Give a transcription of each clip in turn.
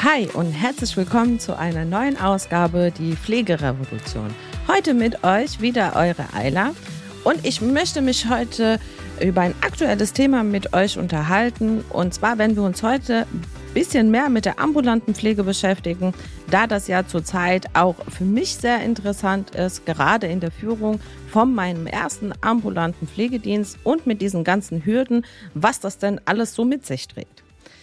Hi und herzlich willkommen zu einer neuen Ausgabe, die Pflegerevolution. Heute mit euch wieder eure Ayla und ich möchte mich heute über ein aktuelles Thema mit euch unterhalten. Und zwar, wenn wir uns heute ein bisschen mehr mit der ambulanten Pflege beschäftigen, da das ja zurzeit auch für mich sehr interessant ist, gerade in der Führung von meinem ersten ambulanten Pflegedienst und mit diesen ganzen Hürden, was das denn alles so mit sich trägt.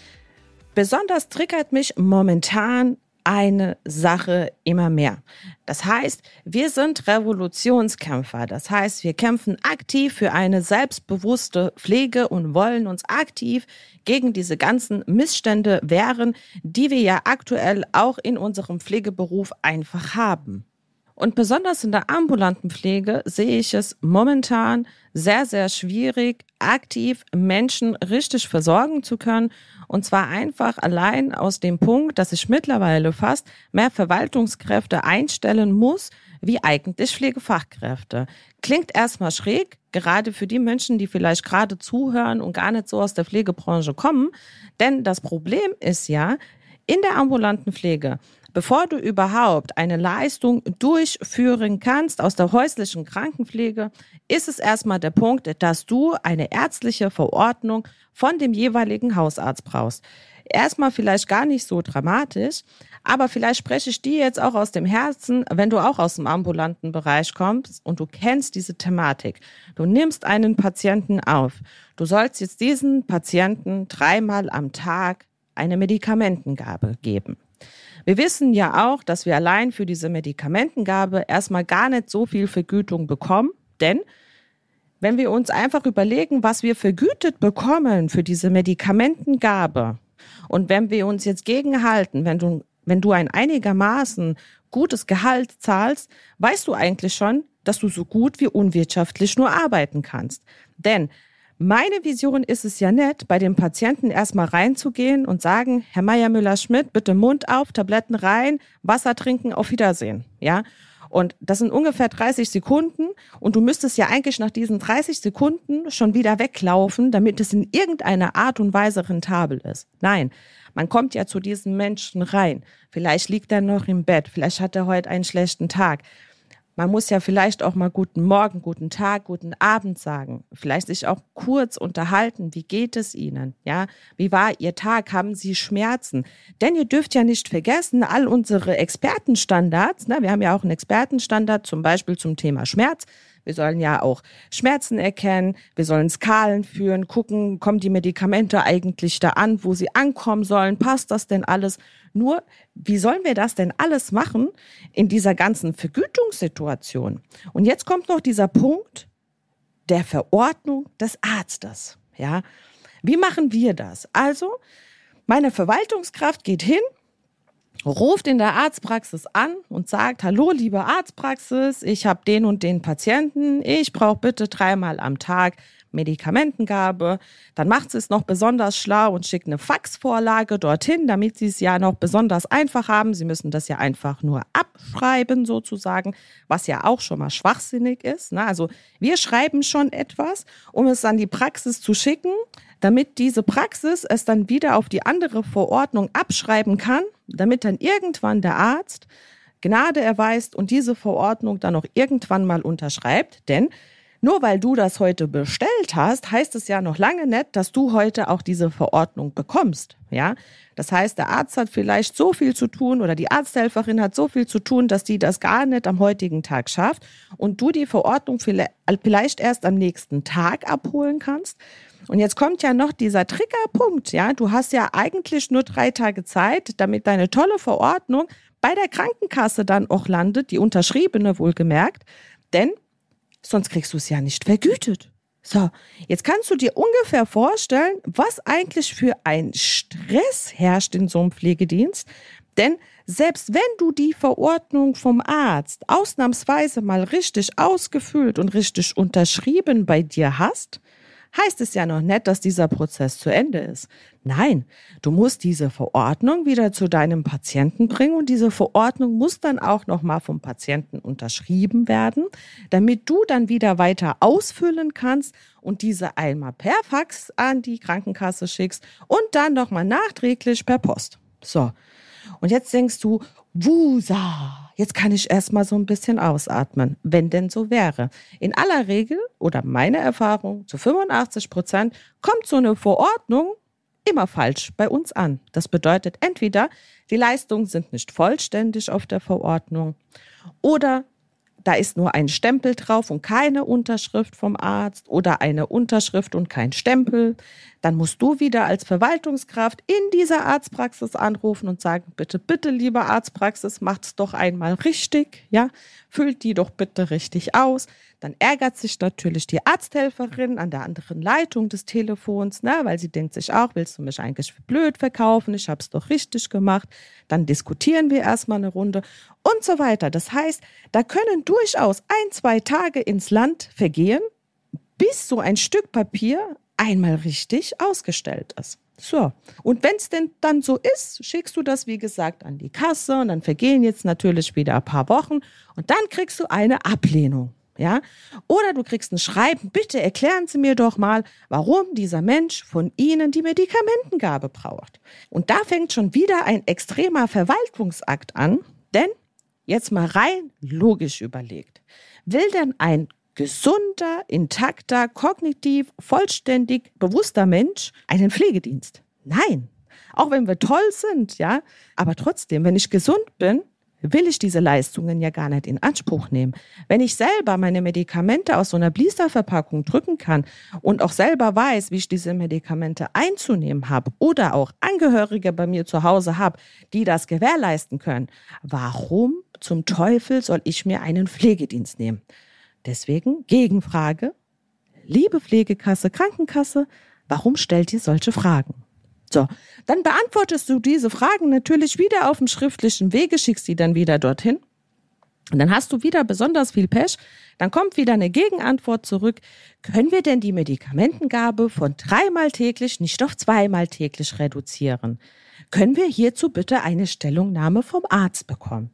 Besonders triggert mich momentan eine Sache immer mehr. Das heißt, wir sind Revolutionskämpfer. Das heißt, wir kämpfen aktiv für eine selbstbewusste Pflege und wollen uns aktiv gegen diese ganzen Missstände wehren, die wir ja aktuell auch in unserem Pflegeberuf einfach haben. Und besonders in der ambulanten Pflege sehe ich es momentan sehr, sehr schwierig, aktiv Menschen richtig versorgen zu können. Und zwar einfach allein aus dem Punkt, dass ich mittlerweile fast mehr Verwaltungskräfte einstellen muss, wie eigentlich Pflegefachkräfte. Klingt erstmal schräg, gerade für die Menschen, die vielleicht gerade zuhören und gar nicht so aus der Pflegebranche kommen. Denn das Problem ist ja, in der ambulanten Pflege, bevor du überhaupt eine Leistung durchführen kannst aus der häuslichen Krankenpflege, ist es erstmal der Punkt, dass du eine ärztliche Verordnung von dem jeweiligen Hausarzt brauchst. Erstmal vielleicht gar nicht so dramatisch, aber vielleicht spreche ich dir jetzt auch aus dem Herzen, wenn du auch aus dem ambulanten Bereich kommst und du kennst diese Thematik. Du nimmst einen Patienten auf. Du sollst jetzt diesen Patienten 3-mal am Tag eine Medikamentengabe geben. Wir wissen ja auch, dass wir allein für diese Medikamentengabe erstmal gar nicht so viel Vergütung bekommen, denn wenn wir uns einfach überlegen, was wir vergütet bekommen für diese Medikamentengabe und wenn wir uns jetzt gegenhalten, wenn du ein einigermaßen gutes Gehalt zahlst, weißt du eigentlich schon, dass du so gut wie unwirtschaftlich nur arbeiten kannst. Denn meine Vision ist es ja nicht, bei dem Patienten erstmal reinzugehen und sagen, Herr Meier-Müller-Schmidt, bitte Mund auf, Tabletten rein, Wasser trinken, auf Wiedersehen. Ja? Und das sind ungefähr 30 Sekunden und du müsstest ja eigentlich nach diesen 30 Sekunden schon wieder weglaufen, damit es in irgendeiner Art und Weise rentabel ist. Nein, man kommt ja zu diesen Menschen rein. Vielleicht liegt er noch im Bett, vielleicht hat er heute einen schlechten Tag. Man muss ja vielleicht auch mal guten Morgen, guten Tag, guten Abend sagen. Vielleicht sich auch kurz unterhalten. Wie geht es Ihnen? Ja, wie war Ihr Tag? Haben Sie Schmerzen? Denn ihr dürft ja nicht vergessen, all unsere Expertenstandards, wir haben ja auch einen Expertenstandard, zum Beispiel zum Thema Schmerz. Wir sollen ja auch Schmerzen erkennen, wir sollen Skalen führen, gucken, kommen die Medikamente eigentlich da an, wo sie ankommen sollen, passt das denn alles? Nur, wie sollen wir das denn alles machen in dieser ganzen Vergütungssituation? Und jetzt kommt noch dieser Punkt der Verordnung des Arztes. Ja, wie machen wir das? Also, meine Verwaltungskraft geht hin, ruft in der Arztpraxis an und sagt, hallo, liebe Arztpraxis, ich habe den und den Patienten, ich brauche bitte 3-mal am Tag Medikamentengabe. Dann macht sie es noch besonders schlau und schickt eine Faxvorlage dorthin, damit sie es ja noch besonders einfach haben. Sie müssen das ja einfach nur abschreiben sozusagen, was ja auch schon mal schwachsinnig ist. Also wir schreiben schon etwas, um es an die Praxis zu schicken, damit diese Praxis es dann wieder auf die andere Verordnung abschreiben kann, damit dann irgendwann der Arzt Gnade erweist und diese Verordnung dann auch irgendwann mal unterschreibt. Denn nur weil du das heute bestellt hast, heißt es ja noch lange nicht, dass du heute auch diese Verordnung bekommst. Ja, das heißt, der Arzt hat vielleicht so viel zu tun oder die Arzthelferin hat so viel zu tun, dass die das gar nicht am heutigen Tag schafft und du die Verordnung vielleicht erst am nächsten Tag abholen kannst. Und jetzt kommt ja noch dieser Triggerpunkt, ja. Du hast ja eigentlich nur 3 Tage Zeit, damit deine tolle Verordnung bei der Krankenkasse dann auch landet, die unterschriebene wohlgemerkt, denn sonst kriegst du es ja nicht vergütet. So, jetzt kannst du dir ungefähr vorstellen, was eigentlich für ein Stress herrscht in so einem Pflegedienst, denn selbst wenn du die Verordnung vom Arzt ausnahmsweise mal richtig ausgefüllt und richtig unterschrieben bei dir hast, heißt es ja noch nicht, dass dieser Prozess zu Ende ist. Nein, du musst diese Verordnung wieder zu deinem Patienten bringen und diese Verordnung muss dann auch nochmal vom Patienten unterschrieben werden, damit du dann wieder weiter ausfüllen kannst und diese einmal per Fax an die Krankenkasse schickst und dann nochmal nachträglich per Post. So. Und jetzt denkst du, wusa, jetzt kann ich erstmal so ein bisschen ausatmen, wenn denn so wäre. In aller Regel, oder meine Erfahrung, zu 85% kommt so eine Verordnung immer falsch bei uns an. Das bedeutet entweder, die Leistungen sind nicht vollständig auf der Verordnung oder da ist nur ein Stempel drauf und keine Unterschrift vom Arzt oder eine Unterschrift und kein Stempel. Dann musst du wieder als Verwaltungskraft in dieser Arztpraxis anrufen und sagen, bitte, bitte, liebe Arztpraxis, macht's doch einmal richtig, ja, füllt die doch bitte richtig aus. Dann ärgert sich natürlich die Arzthelferin an der anderen Leitung des Telefons, ne, weil sie denkt sich auch, willst du mich eigentlich für blöd verkaufen? Ich habe es doch richtig gemacht. Dann diskutieren wir erstmal eine Runde und so weiter. Das heißt, da können durchaus 1-2 Tage ins Land vergehen, bis so ein Stück Papier einmal richtig ausgestellt ist. So, und wenn es denn dann so ist, schickst du das, wie gesagt, an die Kasse und dann vergehen jetzt natürlich wieder ein paar Wochen und dann kriegst du eine Ablehnung. Ja? Oder du kriegst ein Schreiben, bitte erklären Sie mir doch mal, warum dieser Mensch von Ihnen die Medikamentengabe braucht. Und da fängt schon wieder ein extremer Verwaltungsakt an, denn jetzt mal rein logisch überlegt, will denn ein gesunder, intakter, kognitiv, vollständig bewusster Mensch einen Pflegedienst? Nein. Auch wenn wir toll sind, ja, aber trotzdem, wenn ich gesund bin, will ich diese Leistungen ja gar nicht in Anspruch nehmen. Wenn ich selber meine Medikamente aus so einer Blisterverpackung drücken kann und auch selber weiß, wie ich diese Medikamente einzunehmen habe oder auch Angehörige bei mir zu Hause habe, die das gewährleisten können, warum zum Teufel soll ich mir einen Pflegedienst nehmen? Deswegen Gegenfrage, liebe Pflegekasse, Krankenkasse, warum stellt ihr solche Fragen? So, dann beantwortest du diese Fragen natürlich wieder auf dem schriftlichen Wege, schickst die dann wieder dorthin. Und dann hast du wieder besonders viel Pech. Dann kommt wieder eine Gegenantwort zurück. Können wir denn die Medikamentengabe von 3-mal täglich nicht auf 2-mal täglich reduzieren? Können wir hierzu bitte eine Stellungnahme vom Arzt bekommen?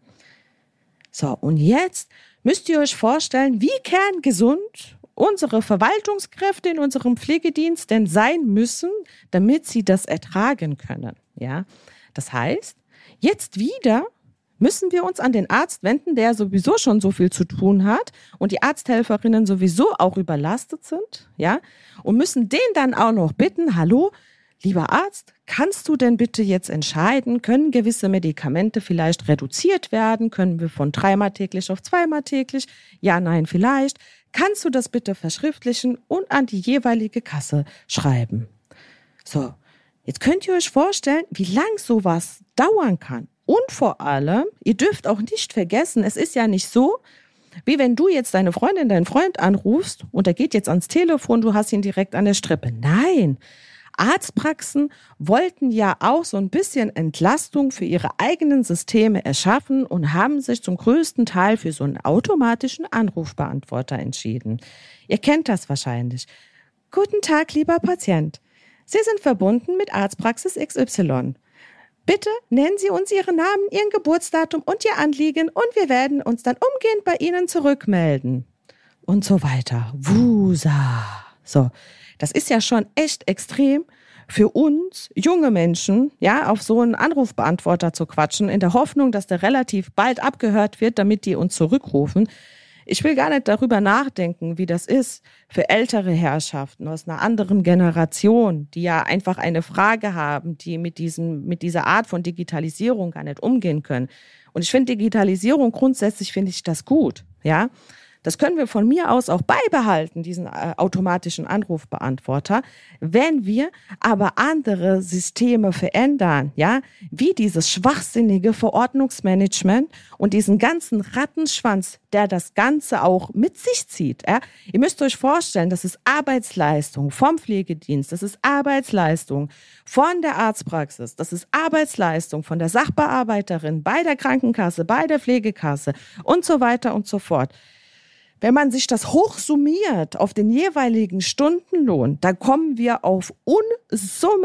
So, und jetzt müsst ihr euch vorstellen, wie kerngesund unsere Verwaltungskräfte in unserem Pflegedienst denn sein müssen, damit sie das ertragen können. Ja, das heißt, jetzt wieder müssen wir uns an den Arzt wenden, der sowieso schon so viel zu tun hat und die Arzthelferinnen sowieso auch überlastet sind, ja, und müssen den dann auch noch bitten, hallo, lieber Arzt, kannst du denn bitte jetzt entscheiden, können gewisse Medikamente vielleicht reduziert werden? Können wir von 3-mal täglich auf 2-mal täglich? Ja, nein, vielleicht. Kannst du das bitte verschriftlichen und an die jeweilige Kasse schreiben? So, jetzt könnt ihr euch vorstellen, wie lang sowas dauern kann. Und vor allem, ihr dürft auch nicht vergessen, es ist ja nicht so, wie wenn du jetzt deine Freundin, deinen Freund anrufst und er geht jetzt ans Telefon, du hast ihn direkt an der Strippe. Nein, Arztpraxen wollten ja auch so ein bisschen Entlastung für ihre eigenen Systeme erschaffen und haben sich zum größten Teil für so einen automatischen Anrufbeantworter entschieden. Ihr kennt das wahrscheinlich. Guten Tag, lieber Patient. Sie sind verbunden mit Arztpraxis XY. Bitte nennen Sie uns Ihren Namen, Ihren Geburtsdatum und Ihr Anliegen und wir werden uns dann umgehend bei Ihnen zurückmelden. Und so weiter. Wusa. So. Das ist ja schon echt extrem für uns junge Menschen, ja, auf so einen Anrufbeantworter zu quatschen, in der Hoffnung, dass der relativ bald abgehört wird, damit die uns zurückrufen. Ich will gar nicht darüber nachdenken, wie das ist für ältere Herrschaften aus einer anderen Generation, die ja einfach eine Frage haben, die mit dieser Art von Digitalisierung gar nicht umgehen können. Und ich finde Digitalisierung grundsätzlich finde ich das gut, ja. Das können wir von mir aus auch beibehalten, diesen automatischen Anrufbeantworter, wenn wir aber andere Systeme verändern, ja, wie dieses schwachsinnige Verordnungsmanagement und diesen ganzen Rattenschwanz, der das Ganze auch mit sich zieht. Ja. Ihr müsst euch vorstellen, das ist Arbeitsleistung vom Pflegedienst, das ist Arbeitsleistung von der Arztpraxis, das ist Arbeitsleistung von der Sachbearbeiterin bei der Krankenkasse, bei der Pflegekasse und so weiter und so fort. Wenn man sich das hochsummiert auf den jeweiligen Stundenlohn, dann kommen wir auf Unsummen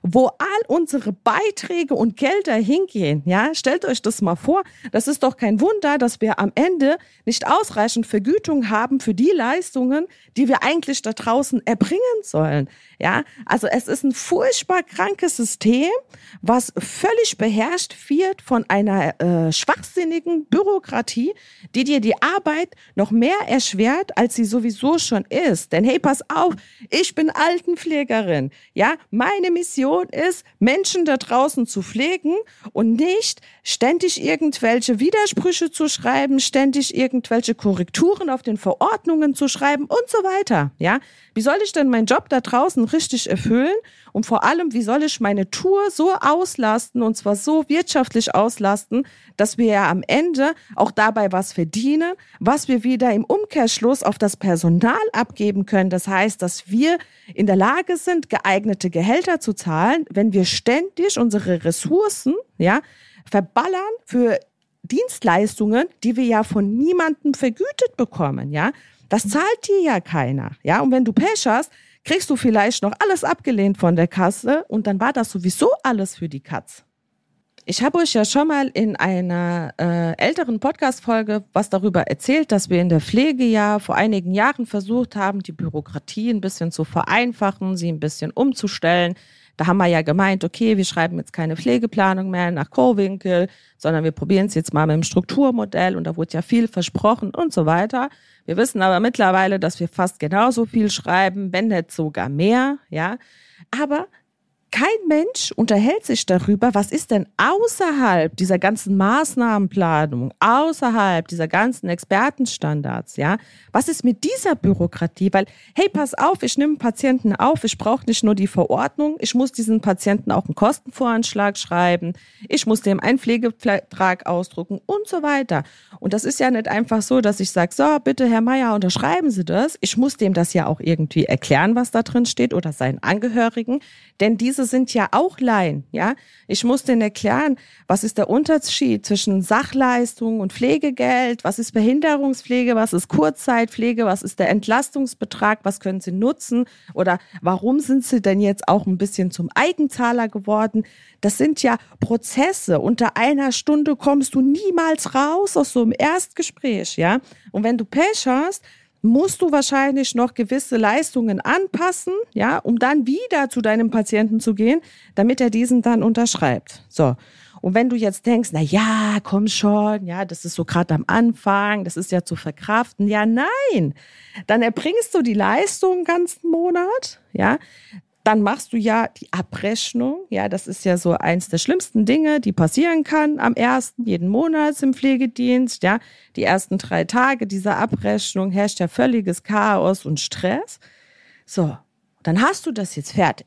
wo all unsere Beiträge und Gelder hingehen. Ja, stellt euch das mal vor. Das ist doch kein Wunder, dass wir am Ende nicht ausreichend Vergütung haben für die Leistungen, die wir eigentlich da draußen erbringen sollen. Ja, also es ist ein furchtbar krankes System, was völlig beherrscht wird von einer schwachsinnigen Bürokratie, die dir die Arbeit noch mehr erschwert, als sie sowieso schon ist. Denn hey, pass auf, ich bin Altenpflegerin. Ja, meine Mission ist, Menschen da draußen zu pflegen und nicht ständig irgendwelche Widersprüche zu schreiben, ständig irgendwelche Korrekturen auf den Verordnungen zu schreiben und so weiter. Ja, wie soll ich denn meinen Job da draußen richtig erfüllen? Und vor allem, wie soll ich meine Tour so auslasten, und zwar so wirtschaftlich auslasten, dass wir ja am Ende auch dabei was verdienen, was wir wieder im Umkehrschluss auf das Personal abgeben können. Das heißt, dass wir in der Lage sind, geeignete Gehälter zu zahlen, wenn wir ständig unsere Ressourcen, ja, verballern für Dienstleistungen, die wir ja von niemandem vergütet bekommen, ja. Das zahlt dir ja keiner, ja. Und wenn du Pech hast, kriegst du vielleicht noch alles abgelehnt von der Kasse und dann war das sowieso alles für die Katz. Ich habe euch ja schon mal in einer älteren Podcast-Folge was darüber erzählt, dass wir in der Pflege ja vor einigen Jahren versucht haben, die Bürokratie ein bisschen zu vereinfachen, sie ein bisschen umzustellen. Da haben wir ja gemeint, okay, wir schreiben jetzt keine Pflegeplanung mehr nach Kowinkel, sondern wir probieren es jetzt mal mit dem Strukturmodell und da wurde ja viel versprochen und so weiter. Wir wissen aber mittlerweile, dass wir fast genauso viel schreiben, wenn nicht sogar mehr, ja. Aber kein Mensch unterhält sich darüber, was ist denn außerhalb dieser ganzen Maßnahmenplanung, außerhalb dieser ganzen Expertenstandards, ja? Was ist mit dieser Bürokratie? Weil, hey, pass auf, ich nehme einen Patienten auf, ich brauche nicht nur die Verordnung, ich muss diesen Patienten auch einen Kostenvoranschlag schreiben, ich muss dem einen Pflegevertrag ausdrucken und so weiter. Und das ist ja nicht einfach so, dass ich sage, so, bitte, Herr Meier, unterschreiben Sie das. Ich muss dem das ja auch irgendwie erklären, was da drin steht oder seinen Angehörigen, denn diese sind ja auch Laien, ja. Ich muss denen erklären, was ist der Unterschied zwischen Sachleistung und Pflegegeld, was ist Behinderungspflege, was ist Kurzzeitpflege, was ist der Entlastungsbetrag, was können sie nutzen oder warum sind sie denn jetzt auch ein bisschen zum Eigenzahler geworden? Das sind ja Prozesse. Unter einer Stunde kommst du niemals raus aus so einem Erstgespräch, ja. Und wenn du Pech hast, musst du wahrscheinlich noch gewisse Leistungen anpassen, ja, um dann wieder zu deinem Patienten zu gehen, damit er diesen dann unterschreibt. So. Und wenn du jetzt denkst, na ja, komm schon, ja, das ist so gerade am Anfang, das ist ja zu verkraften. Ja, nein. Dann erbringst du die Leistung einen ganzen Monat, ja. Dann machst du ja die Abrechnung. Ja, das ist ja so eins der schlimmsten Dinge, die passieren kann am 1. jeden Monats im Pflegedienst. Ja, die ersten 3 Tage dieser Abrechnung herrscht ja völliges Chaos und Stress. So, dann hast du das jetzt fertig.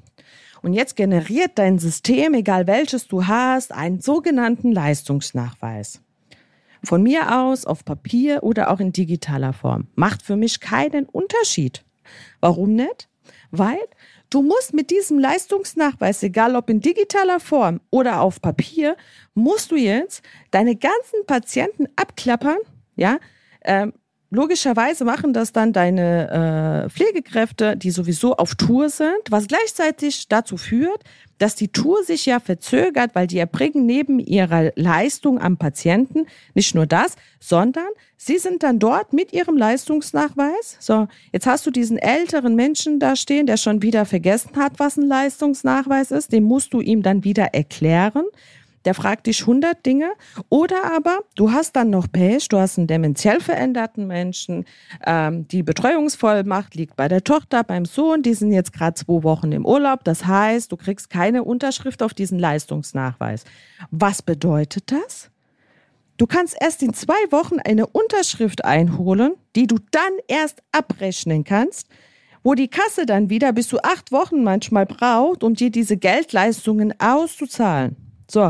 Und jetzt generiert dein System, egal welches du hast, einen sogenannten Leistungsnachweis. Von mir aus auf Papier oder auch in digitaler Form. Macht für mich keinen Unterschied. Warum nicht? Weil du musst mit diesem Leistungsnachweis, egal ob in digitaler Form oder auf Papier, musst du jetzt deine ganzen Patienten abklappern, ja. Logischerweise machen das dann deine Pflegekräfte, die sowieso auf Tour sind, was gleichzeitig dazu führt, dass die Tour sich ja verzögert, weil die erbringen neben ihrer Leistung am Patienten nicht nur das, sondern sie sind dann dort mit ihrem Leistungsnachweis. So, jetzt hast du diesen älteren Menschen da stehen, der schon wieder vergessen hat, was ein Leistungsnachweis ist. Den musst du ihm dann wieder erklären. Der fragt dich 100 Dinge. Oder aber du hast dann noch Pech, du hast einen dementiell veränderten Menschen, die Betreuungsvollmacht liegt bei der Tochter, beim Sohn, die sind jetzt gerade 2 Wochen im Urlaub. Das heißt, du kriegst keine Unterschrift auf diesen Leistungsnachweis. Was bedeutet das? Du kannst erst in 2 Wochen eine Unterschrift einholen, die du dann erst abrechnen kannst, wo die Kasse dann wieder bis zu 8 Wochen manchmal braucht, um dir diese Geldleistungen auszuzahlen. So,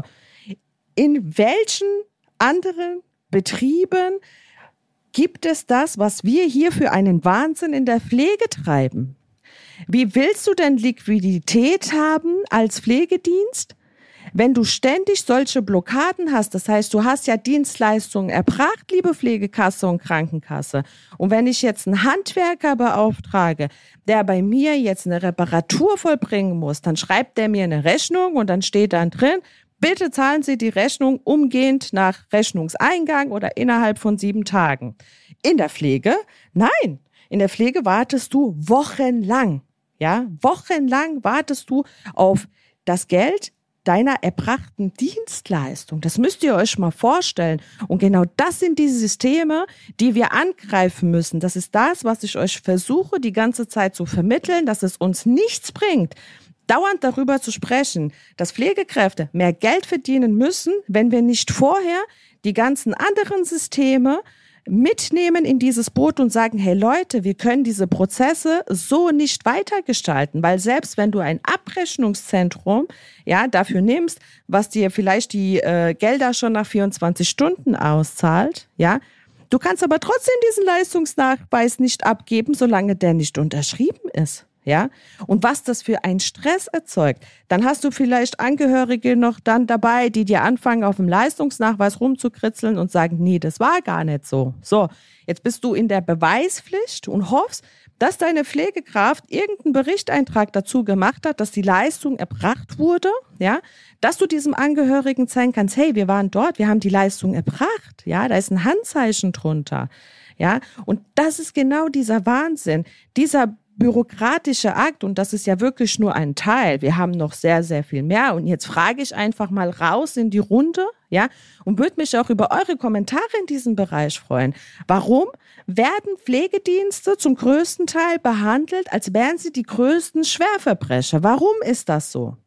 in welchen anderen Betrieben gibt es das, was wir hier für einen Wahnsinn in der Pflege treiben? Wie willst du denn Liquidität haben als Pflegedienst, Wenn du ständig solche Blockaden hast, das heißt, du hast ja Dienstleistungen erbracht, liebe Pflegekasse und Krankenkasse. Und wenn ich jetzt einen Handwerker beauftrage, der bei mir jetzt eine Reparatur vollbringen muss, dann schreibt der mir eine Rechnung und dann steht dann drin, bitte zahlen Sie die Rechnung umgehend nach Rechnungseingang oder innerhalb von 7 Tagen. In der Pflege? Nein. In der Pflege wartest du wochenlang. Ja, wochenlang wartest du auf das Geld deiner erbrachten Dienstleistung. Das müsst ihr euch mal vorstellen. Und genau das sind die Systeme, die wir angreifen müssen. Das ist das, was ich euch versuche, die ganze Zeit zu vermitteln, dass es uns nichts bringt, dauernd darüber zu sprechen, dass Pflegekräfte mehr Geld verdienen müssen, wenn wir nicht vorher die ganzen anderen Systeme mitnehmen in dieses Boot und sagen, hey Leute, wir können diese Prozesse so nicht weitergestalten, weil selbst wenn du ein Abrechnungszentrum dafür nimmst, was dir vielleicht die Gelder schon nach 24 Stunden auszahlt, du kannst aber trotzdem diesen Leistungsnachweis nicht abgeben, solange der nicht unterschrieben ist. Ja, und was das für einen Stress erzeugt, dann hast du vielleicht Angehörige noch dann dabei, die dir anfangen, auf dem Leistungsnachweis rumzukritzeln und sagen, nee, das war gar nicht so. So, jetzt bist du in der Beweispflicht und hoffst, dass deine Pflegekraft irgendeinen Berichteintrag dazu gemacht hat, dass die Leistung erbracht wurde, dass du diesem Angehörigen zeigen kannst, hey, wir waren dort, wir haben die Leistung erbracht, da ist ein Handzeichen drunter, und das ist genau dieser Wahnsinn, dieser bürokratische Akt, und das ist ja wirklich nur ein Teil. Wir haben noch sehr, sehr viel mehr. Und jetzt frage ich einfach mal raus in die Runde, und würde mich auch über eure Kommentare in diesem Bereich freuen. Warum werden Pflegedienste zum größten Teil behandelt, als wären sie die größten Schwerverbrecher? Warum ist das so?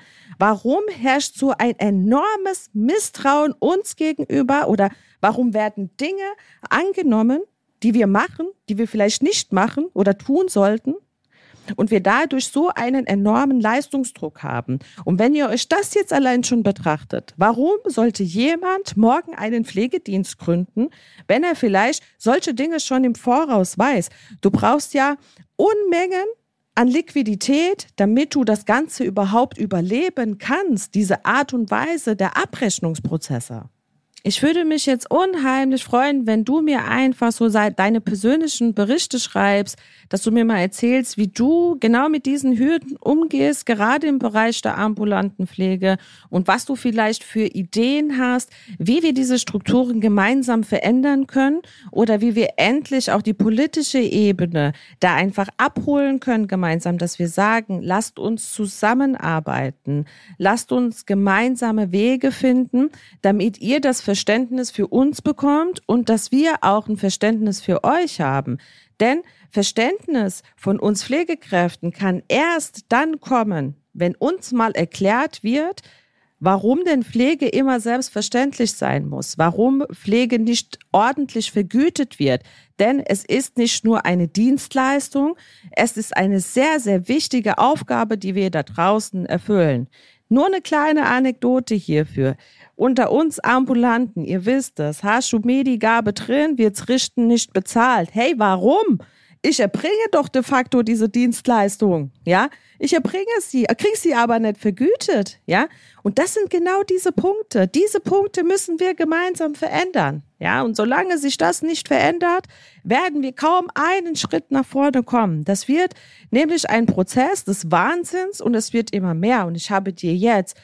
Warum herrscht so ein enormes Misstrauen uns gegenüber, oder warum werden Dinge angenommen, die wir machen, die wir vielleicht nicht machen oder tun sollten, und wir dadurch so einen enormen Leistungsdruck haben? Und wenn ihr euch das jetzt allein schon betrachtet, warum sollte jemand morgen einen Pflegedienst gründen, wenn er vielleicht solche Dinge schon im Voraus weiß? Du brauchst ja Unmengen an Liquidität, damit du das Ganze überhaupt überleben kannst, diese Art und Weise der Abrechnungsprozesse. Ich würde mich jetzt unheimlich freuen, wenn du mir einfach so deine persönlichen Berichte schreibst, dass du mir mal erzählst, wie du genau mit diesen Hürden umgehst, gerade im Bereich der ambulanten Pflege, und was du vielleicht für Ideen hast, wie wir diese Strukturen gemeinsam verändern können oder wie wir endlich auch die politische Ebene da einfach abholen können gemeinsam, dass wir sagen, lasst uns zusammenarbeiten, lasst uns gemeinsame Wege finden, damit ihr das Verständnis für uns bekommt und dass wir auch ein Verständnis für euch haben. Denn Verständnis von uns Pflegekräften kann erst dann kommen, wenn uns mal erklärt wird, warum denn Pflege immer selbstverständlich sein muss, warum Pflege nicht ordentlich vergütet wird. Denn es ist nicht nur eine Dienstleistung, es ist eine sehr, sehr wichtige Aufgabe, die wir da draußen erfüllen. Nur eine kleine Anekdote hierfür. Unter uns Ambulanten, ihr wisst es, hast du Medigabe drin, wird's richten nicht bezahlt. Hey, warum? Ich erbringe doch de facto diese Dienstleistung, Ich erbringe sie, krieg sie aber nicht vergütet, Und das sind genau diese Punkte. Diese Punkte müssen wir gemeinsam verändern, Und solange sich das nicht verändert, werden wir kaum einen Schritt nach vorne kommen. Das wird nämlich ein Prozess des Wahnsinns und es wird immer mehr. Und ich habe dir jetzt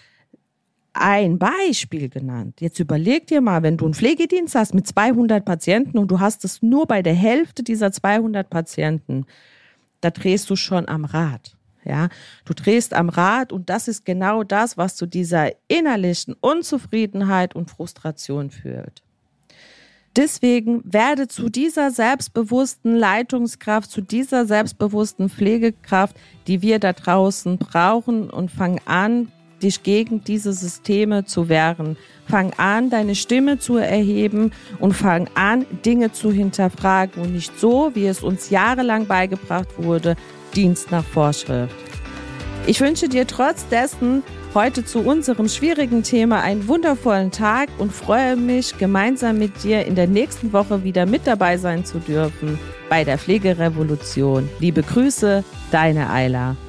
ein Beispiel genannt. Jetzt überleg dir mal, wenn du einen Pflegedienst hast mit 200 Patienten und du hast es nur bei der Hälfte dieser 200 Patienten, da drehst du schon am Rad. Du drehst am Rad und das ist genau das, was zu dieser innerlichen Unzufriedenheit und Frustration führt. Deswegen werde zu dieser selbstbewussten Leitungskraft, zu dieser selbstbewussten Pflegekraft, die wir da draußen brauchen, und fang an, dich gegen diese Systeme zu wehren. Fang an, deine Stimme zu erheben und fang an, Dinge zu hinterfragen und nicht so, wie es uns jahrelang beigebracht wurde, Dienst nach Vorschrift. Ich wünsche dir trotz dessen heute zu unserem schwierigen Thema einen wundervollen Tag und freue mich, gemeinsam mit dir in der nächsten Woche wieder mit dabei sein zu dürfen bei der Pflegerevolution. Liebe Grüße, deine Ayla.